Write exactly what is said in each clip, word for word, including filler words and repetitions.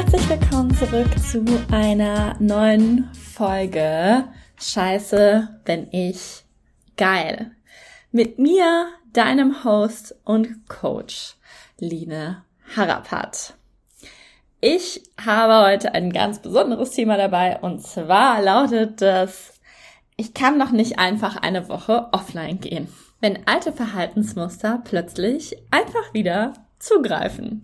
Herzlich willkommen zurück zu einer neuen Folge Scheiße, bin ich geil. Mit mir, deinem Host und Coach, Line Harapat. Ich habe heute ein ganz besonderes Thema dabei und zwar lautet das: Ich kann doch nicht einfach eine Woche offline gehen, wenn alte Verhaltensmuster plötzlich einfach wieder zugreifen.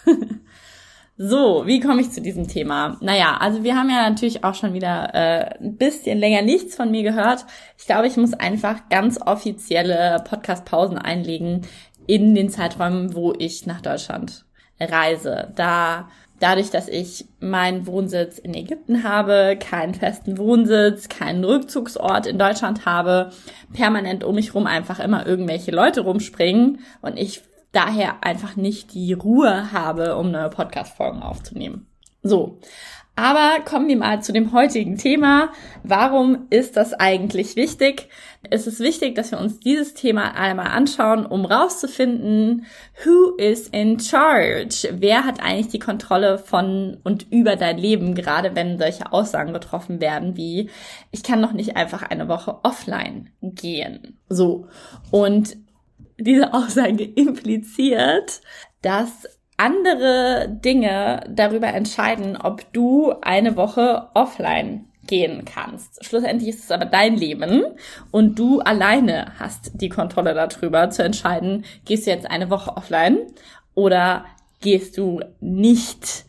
So, wie komme ich zu diesem Thema? Naja, also wir haben ja natürlich auch schon wieder äh, ein bisschen länger nichts von mir gehört. Ich glaube, ich muss einfach ganz offizielle Podcast-Pausen einlegen in den Zeiträumen, wo ich nach Deutschland reise. Da dadurch, dass ich meinen Wohnsitz in Ägypten habe, keinen festen Wohnsitz, keinen Rückzugsort in Deutschland habe, permanent um mich rum einfach immer irgendwelche Leute rumspringen und ich daher einfach nicht die Ruhe habe, um neue Podcast-Folgen aufzunehmen. So, aber kommen wir mal zu dem heutigen Thema. Warum ist das eigentlich wichtig? Es ist wichtig, dass wir uns dieses Thema einmal anschauen, um rauszufinden, who is in charge? Wer hat eigentlich die Kontrolle von und über dein Leben, gerade wenn solche Aussagen getroffen werden wie, ich kann doch nicht einfach eine Woche offline gehen. So, und diese Aussage impliziert, dass andere Dinge darüber entscheiden, ob du eine Woche offline gehen kannst. Schlussendlich ist es aber dein Leben und du alleine hast die Kontrolle darüber zu entscheiden, gehst du jetzt eine Woche offline oder gehst du nicht.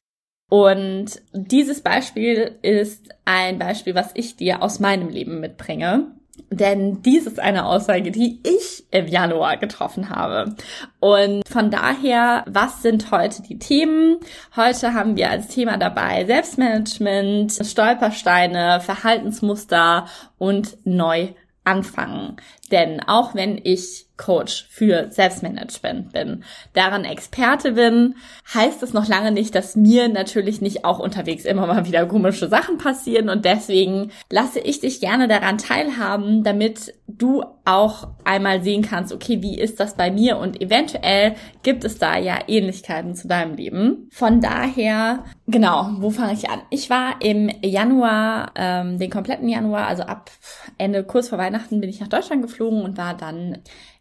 Und dieses Beispiel ist ein Beispiel, was ich dir aus meinem Leben mitbringe. Denn dies ist eine Aussage, die ich im Januar getroffen habe. Und von daher, was sind heute die Themen? Heute haben wir als Thema dabei Selbstmanagement, Stolpersteine, Verhaltensmuster und Neuanfangen. Denn auch wenn ich Coach für Selbstmanagement bin, daran Experte bin, heißt es noch lange nicht, dass mir natürlich nicht auch unterwegs immer mal wieder komische Sachen passieren und deswegen lasse ich dich gerne daran teilhaben, damit du auch einmal sehen kannst, okay, wie ist das bei mir und eventuell gibt es da ja Ähnlichkeiten zu deinem Leben. Von daher, genau, wo fange ich an? Ich war im Januar, ähm, den kompletten Januar, also ab Ende, kurz vor Weihnachten bin ich nach Deutschland geflogen und war dann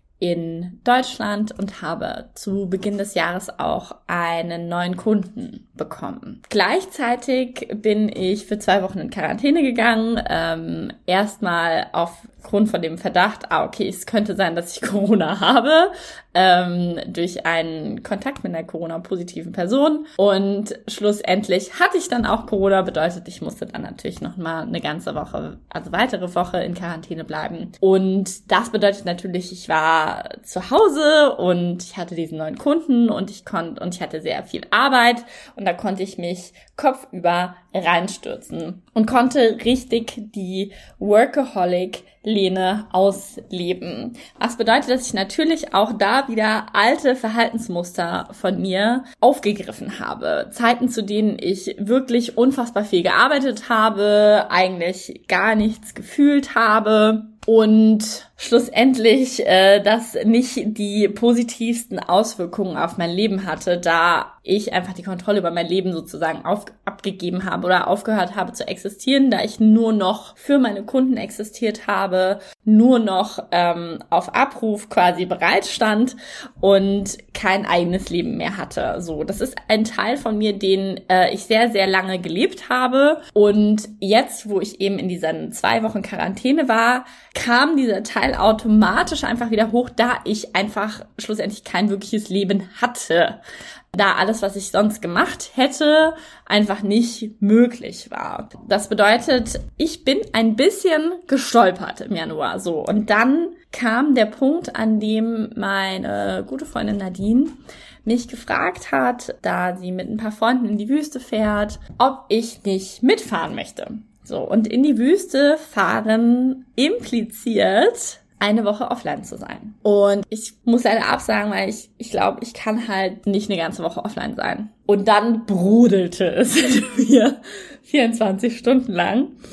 in Deutschland und habe zu Beginn des Jahres auch einen neuen Kunden bekommen. Gleichzeitig bin ich für zwei Wochen in Quarantäne gegangen, ähm, erstmal aufgrund von dem Verdacht, ah okay, es könnte sein, dass ich Corona habe, ähm, durch einen Kontakt mit einer Corona-positiven Person und schlussendlich hatte ich dann auch Corona, bedeutet, ich musste dann natürlich noch mal eine ganze Woche, also weitere Woche in Quarantäne bleiben und das bedeutet natürlich, ich war zu Hause und ich hatte diesen neuen Kunden und ich konnte und ich hatte sehr viel Arbeit und da konnte ich mich kopfüber reinstürzen und konnte richtig die Workaholic-Lene ausleben. Was bedeutet, dass ich natürlich auch da wieder alte Verhaltensmuster von mir aufgegriffen habe. Zeiten, zu denen ich wirklich unfassbar viel gearbeitet habe, eigentlich gar nichts gefühlt habe. Und schlussendlich äh, das nicht die positivsten Auswirkungen auf mein Leben hatte, da ich einfach die Kontrolle über mein Leben sozusagen auf, abgegeben habe oder aufgehört habe zu existieren, da ich nur noch für meine Kunden existiert habe, nur noch ähm, auf Abruf quasi bereit stand und kein eigenes Leben mehr hatte. So, das ist ein Teil von mir, den äh, ich sehr, sehr lange gelebt habe und jetzt, wo ich eben in diesen zwei Wochen Quarantäne war, kam dieser Teil automatisch einfach wieder hoch, da ich einfach schlussendlich kein wirkliches Leben hatte. Da alles, was ich sonst gemacht hätte, einfach nicht möglich war. Das bedeutet, ich bin ein bisschen gestolpert im Januar, so. Und dann kam der Punkt, an dem meine gute Freundin Nadine mich gefragt hat, da sie mit ein paar Freunden in die Wüste fährt, ob ich nicht mitfahren möchte. So, und in die Wüste fahren impliziert eine Woche offline zu sein. Und ich muss leider absagen, weil ich ich glaube, ich kann halt nicht eine ganze Woche offline sein. Und dann brodelte es in mir vierundzwanzig Stunden lang,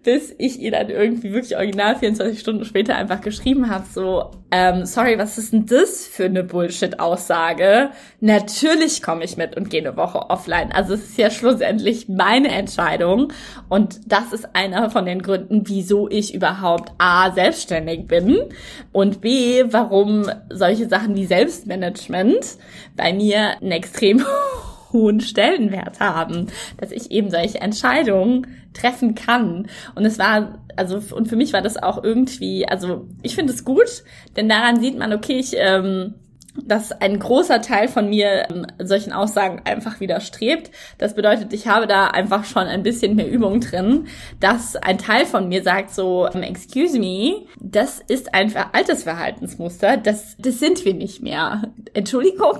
bis ich ihr dann irgendwie wirklich original vierundzwanzig Stunden später einfach geschrieben habe, so, ähm, sorry, was ist denn das für eine Bullshit-Aussage? Natürlich komme ich mit und gehe eine Woche offline. Also es ist ja schlussendlich meine Entscheidung und das ist einer von den Gründen, wieso ich überhaupt A, selbstständig bin und B, warum solche Sachen wie Selbstmanagement bei mir einen extrem hohen Stellenwert haben, dass ich eben solche Entscheidungen treffen kann. Und es war, also, und für mich war das auch irgendwie, also, ich finde es gut, denn daran sieht man, okay, ich, ähm, dass ein großer Teil von mir ähm, solchen Aussagen einfach widerstrebt. Das bedeutet, ich habe da einfach schon ein bisschen mehr Übung drin, dass ein Teil von mir sagt so, um, excuse me, das ist ein altes Verhaltensmuster, das, das sind wir nicht mehr. Entschuldigung?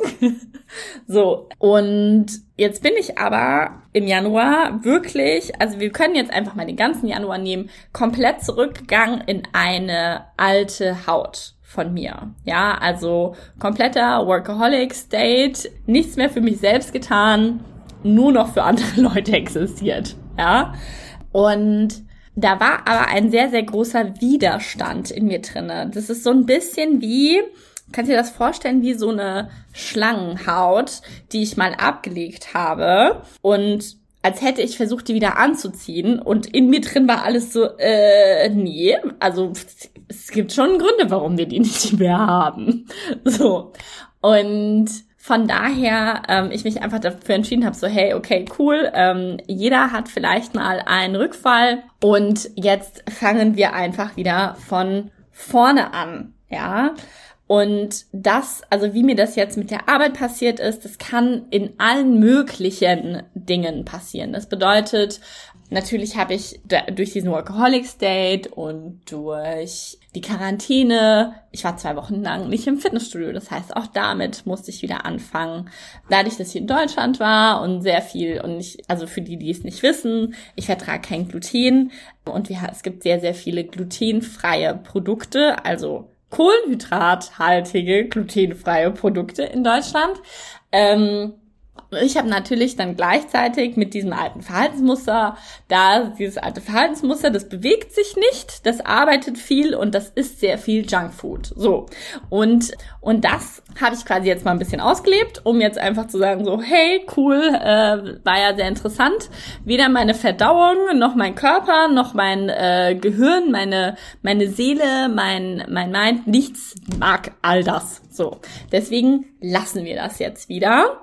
So, und jetzt bin ich aber im Januar wirklich, also wir können jetzt einfach mal den ganzen Januar nehmen, komplett zurückgegangen in eine alte Haut von mir. Ja, also kompletter Workaholic-State, nichts mehr für mich selbst getan, nur noch für andere Leute existiert. Ja, und da war aber ein sehr, sehr großer Widerstand in mir drinne. Das ist so ein bisschen wie, kannst du dir das vorstellen, wie so eine Schlangenhaut, die ich mal abgelegt habe und als hätte ich versucht, die wieder anzuziehen und in mir drin war alles so, äh, nee, also es gibt schon Gründe, warum wir die nicht mehr haben. So, und von daher ähm, ich mich einfach dafür entschieden habe, so hey, okay, cool, ähm, jeder hat vielleicht mal einen Rückfall und jetzt fangen wir einfach wieder von vorne an, ja. Und das, also wie mir das jetzt mit der Arbeit passiert ist, das kann in allen möglichen Dingen passieren. Das bedeutet, natürlich habe ich durch diesen Workaholic-State und durch die Quarantäne, ich war zwei Wochen lang nicht im Fitnessstudio, das heißt, auch damit musste ich wieder anfangen. Dadurch, dass ich in Deutschland war und sehr viel, und ich, also für die, die es nicht wissen, ich vertrage kein Gluten und wir, es gibt sehr, sehr viele glutenfreie Produkte, also kohlenhydrathaltige, glutenfreie Produkte in Deutschland. Ähm, ich habe natürlich dann gleichzeitig mit diesem alten Verhaltensmuster, da dieses alte Verhaltensmuster, das bewegt sich nicht, das arbeitet viel und das isst sehr viel Junkfood. So, und und das habe ich quasi jetzt mal ein bisschen ausgelebt, um jetzt einfach zu sagen so, hey, cool, äh, war ja sehr interessant. Weder meine Verdauung, noch mein Körper, noch mein äh, Gehirn, meine meine Seele, mein mein Mind, nichts mag all das. So, deswegen lassen wir das jetzt wieder.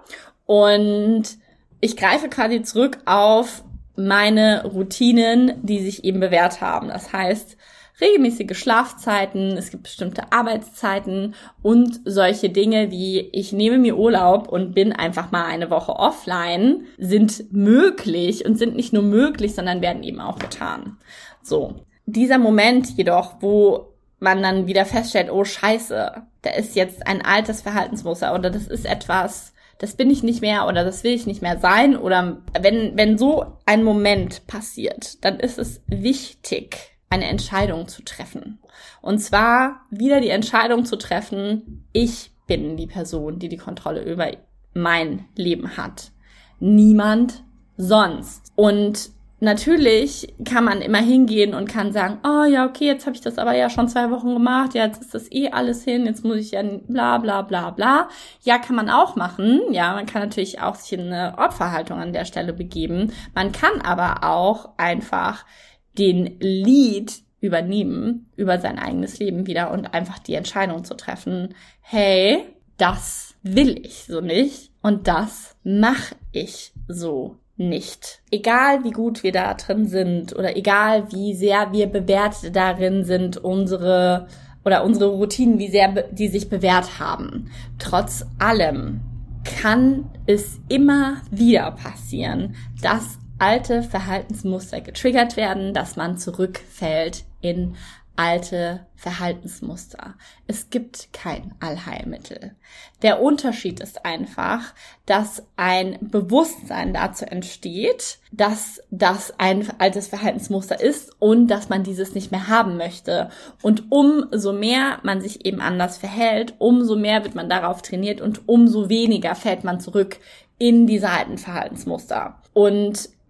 Und ich greife quasi zurück auf meine Routinen, die sich eben bewährt haben. Das heißt, regelmäßige Schlafzeiten, es gibt bestimmte Arbeitszeiten und solche Dinge wie ich nehme mir Urlaub und bin einfach mal eine Woche offline, sind möglich und sind nicht nur möglich, sondern werden eben auch getan. So, dieser Moment jedoch, wo man dann wieder feststellt, oh Scheiße, da ist jetzt ein altes Verhaltensmuster oder das ist etwas, das bin ich nicht mehr oder das will ich nicht mehr sein oder wenn wenn so ein Moment passiert, dann ist es wichtig, eine Entscheidung zu treffen. Und zwar wieder die Entscheidung zu treffen, ich bin die Person, die die Kontrolle über mein Leben hat. Niemand sonst. Und natürlich kann man immer hingehen und kann sagen, oh ja, okay, jetzt habe ich das aber ja schon zwei Wochen gemacht, ja, jetzt ist das eh alles hin, jetzt muss ich ja bla bla bla bla. Ja, kann man auch machen. Ja, man kann natürlich auch sich in eine Opferhaltung an der Stelle begeben. Man kann aber auch einfach den Lead übernehmen über sein eigenes Leben wieder und einfach die Entscheidung zu treffen, hey, das will ich so nicht und das mache ich so nicht. Egal wie gut wir da drin sind oder egal wie sehr wir bewährt darin sind, unsere oder unsere Routinen, wie sehr be- die sich bewährt haben. Trotz allem kann es immer wieder passieren, dass alte Verhaltensmuster getriggert werden, dass man zurückfällt in alte Verhaltensmuster. Es gibt kein Allheilmittel. Der Unterschied ist einfach, dass ein Bewusstsein dazu entsteht, dass das ein altes Verhaltensmuster ist und dass man dieses nicht mehr haben möchte. Und umso mehr man sich eben anders verhält, umso mehr wird man darauf trainiert und umso weniger fällt man zurück in diese alten Verhaltensmuster. Und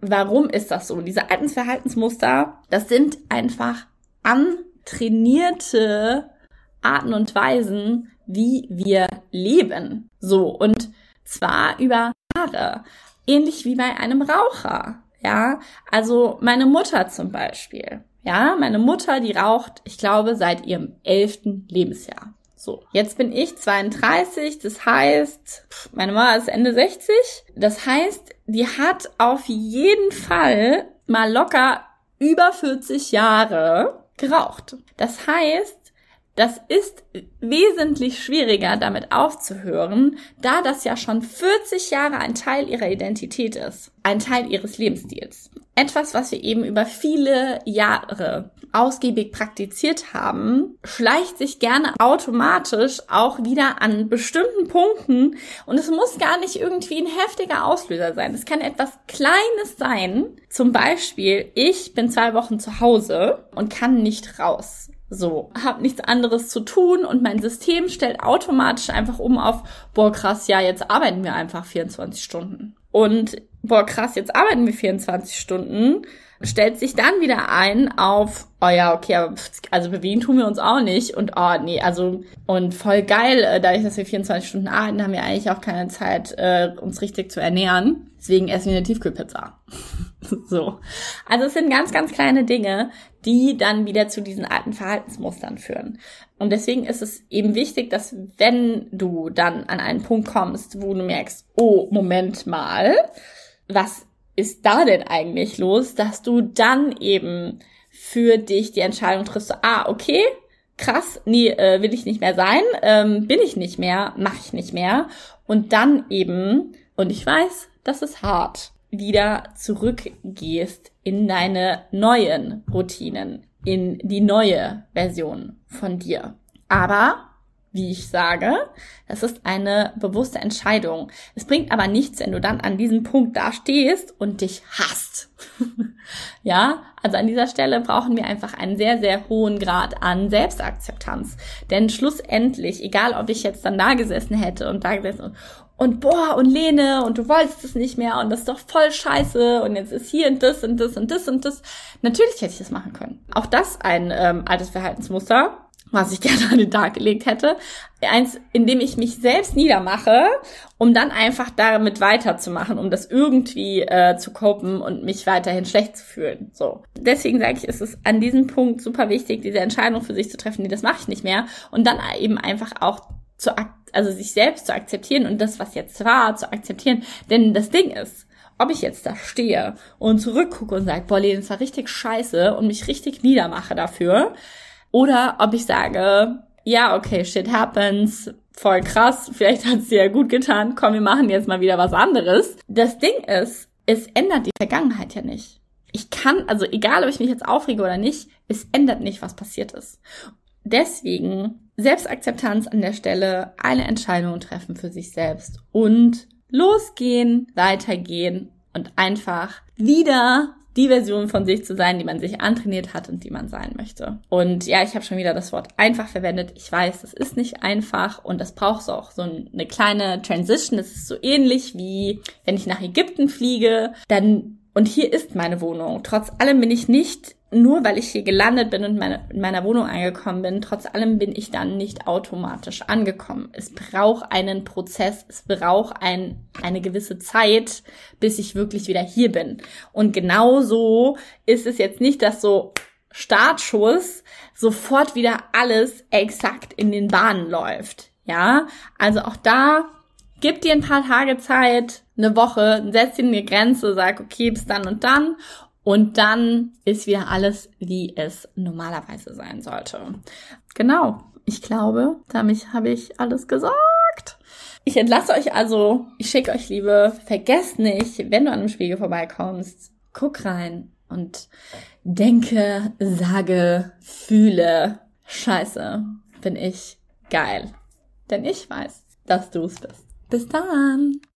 warum ist das so? Diese alten Verhaltensmuster, das sind einfach antrainierte Arten und Weisen, wie wir leben. So, und zwar über Jahre. Ähnlich wie bei einem Raucher. Ja, also meine Mutter zum Beispiel. Ja, meine Mutter, die raucht, ich glaube, seit ihrem elften Lebensjahr. So, jetzt bin ich zweiunddreißig, das heißt, meine Mama ist Ende sechzig. Das heißt, die hat auf jeden Fall mal locker über vierzig Jahre geraucht. Das heißt, das ist wesentlich schwieriger, damit aufzuhören, da das ja schon vierzig Jahre ein Teil ihrer Identität ist, ein Teil ihres Lebensstils. Etwas, was wir eben über viele Jahre ausgiebig praktiziert haben, schleicht sich gerne automatisch auch wieder an bestimmten Punkten und es muss gar nicht irgendwie ein heftiger Auslöser sein. Es kann etwas Kleines sein, zum Beispiel, ich bin zwei Wochen zu Hause und kann nicht raus. So, hab nichts anderes zu tun und mein System stellt automatisch einfach um auf, boah krass, ja, jetzt arbeiten wir einfach vierundzwanzig Stunden. Und boah krass, jetzt arbeiten wir vierundzwanzig Stunden, stellt sich dann wieder ein auf, oh ja, okay, aber also bewegen tun wir uns auch nicht und oh nee, also und voll geil, dadurch, dass wir vierundzwanzig Stunden arbeiten, haben wir eigentlich auch keine Zeit, äh, uns richtig zu ernähren. Deswegen essen wir eine Tiefkühlpizza. So. Also es sind ganz, ganz kleine Dinge, die dann wieder zu diesen alten Verhaltensmustern führen. Und deswegen ist es eben wichtig, dass wenn du dann an einen Punkt kommst, wo du merkst, oh, Moment mal, was ist da denn eigentlich los, dass du dann eben für dich die Entscheidung triffst, so, ah, okay, krass, nee, äh, will ich nicht mehr sein, ähm, bin ich nicht mehr, mache ich nicht mehr. Und dann eben, und ich weiß, das ist hart, wieder zurückgehst in deine neuen Routinen, in die neue Version von dir. Aber, wie ich sage, das ist eine bewusste Entscheidung. Es bringt aber nichts, wenn du dann an diesem Punkt da stehst und dich hasst. Ja, also an dieser Stelle brauchen wir einfach einen sehr, sehr hohen Grad an Selbstakzeptanz. Denn schlussendlich, egal ob ich jetzt dann da gesessen hätte und da gesessen und Und boah, und Lene, und du wolltest es nicht mehr, und das ist doch voll scheiße, und jetzt ist hier und das und das und das und das. Natürlich hätte ich das machen können. Auch das ein ähm, altes Verhaltensmuster, was ich gerne an den Tag gelegt hätte. Eins, in dem ich mich selbst niedermache, um dann einfach damit weiterzumachen, um das irgendwie äh, zu copen und mich weiterhin schlecht zu fühlen. So. Deswegen sage ich, ist es an diesem Punkt super wichtig, diese Entscheidung für sich zu treffen, nee, das mache ich nicht mehr. Und dann eben einfach auch zu also sich selbst zu akzeptieren und das, was jetzt war, zu akzeptieren. Denn das Ding ist, ob ich jetzt da stehe und zurückgucke und sage, boah, Lene, das war richtig scheiße und mich richtig niedermache dafür, oder ob ich sage, ja, okay, shit happens, voll krass, vielleicht hat es dir ja gut getan, komm, wir machen jetzt mal wieder was anderes. Das Ding ist, es ändert die Vergangenheit ja nicht. Ich kann, also egal, ob ich mich jetzt aufrege oder nicht, es ändert nicht, was passiert ist. Deswegen Selbstakzeptanz an der Stelle, eine Entscheidung treffen für sich selbst und losgehen, weitergehen und einfach wieder die Version von sich zu sein, die man sich antrainiert hat und die man sein möchte. Und ja, ich habe schon wieder das Wort einfach verwendet. Ich weiß, das ist nicht einfach und das braucht auch so eine kleine Transition. Es ist so ähnlich wie, wenn ich nach Ägypten fliege, dann, und hier ist meine Wohnung. Trotz allem bin ich nicht, nur weil ich hier gelandet bin und meine, in meiner Wohnung angekommen bin, trotz allem bin ich dann nicht automatisch angekommen. Es braucht einen Prozess, es braucht ein, eine gewisse Zeit, bis ich wirklich wieder hier bin. Und genauso ist es jetzt nicht, dass so Startschuss sofort wieder alles exakt in den Bahnen läuft. Ja, also auch da, gib dir ein paar Tage Zeit, eine Woche, setz dir eine Grenze, sag, okay, bis dann und dann. Und dann ist wieder alles, wie es normalerweise sein sollte. Genau, ich glaube, damit habe ich alles gesagt. Ich entlasse euch also, ich schicke euch Liebe. Vergesst nicht, wenn du an einem Spiegel vorbeikommst, guck rein und denke, sage, fühle, scheiße, bin ich geil. Denn ich weiß, dass du es bist. Bis dann!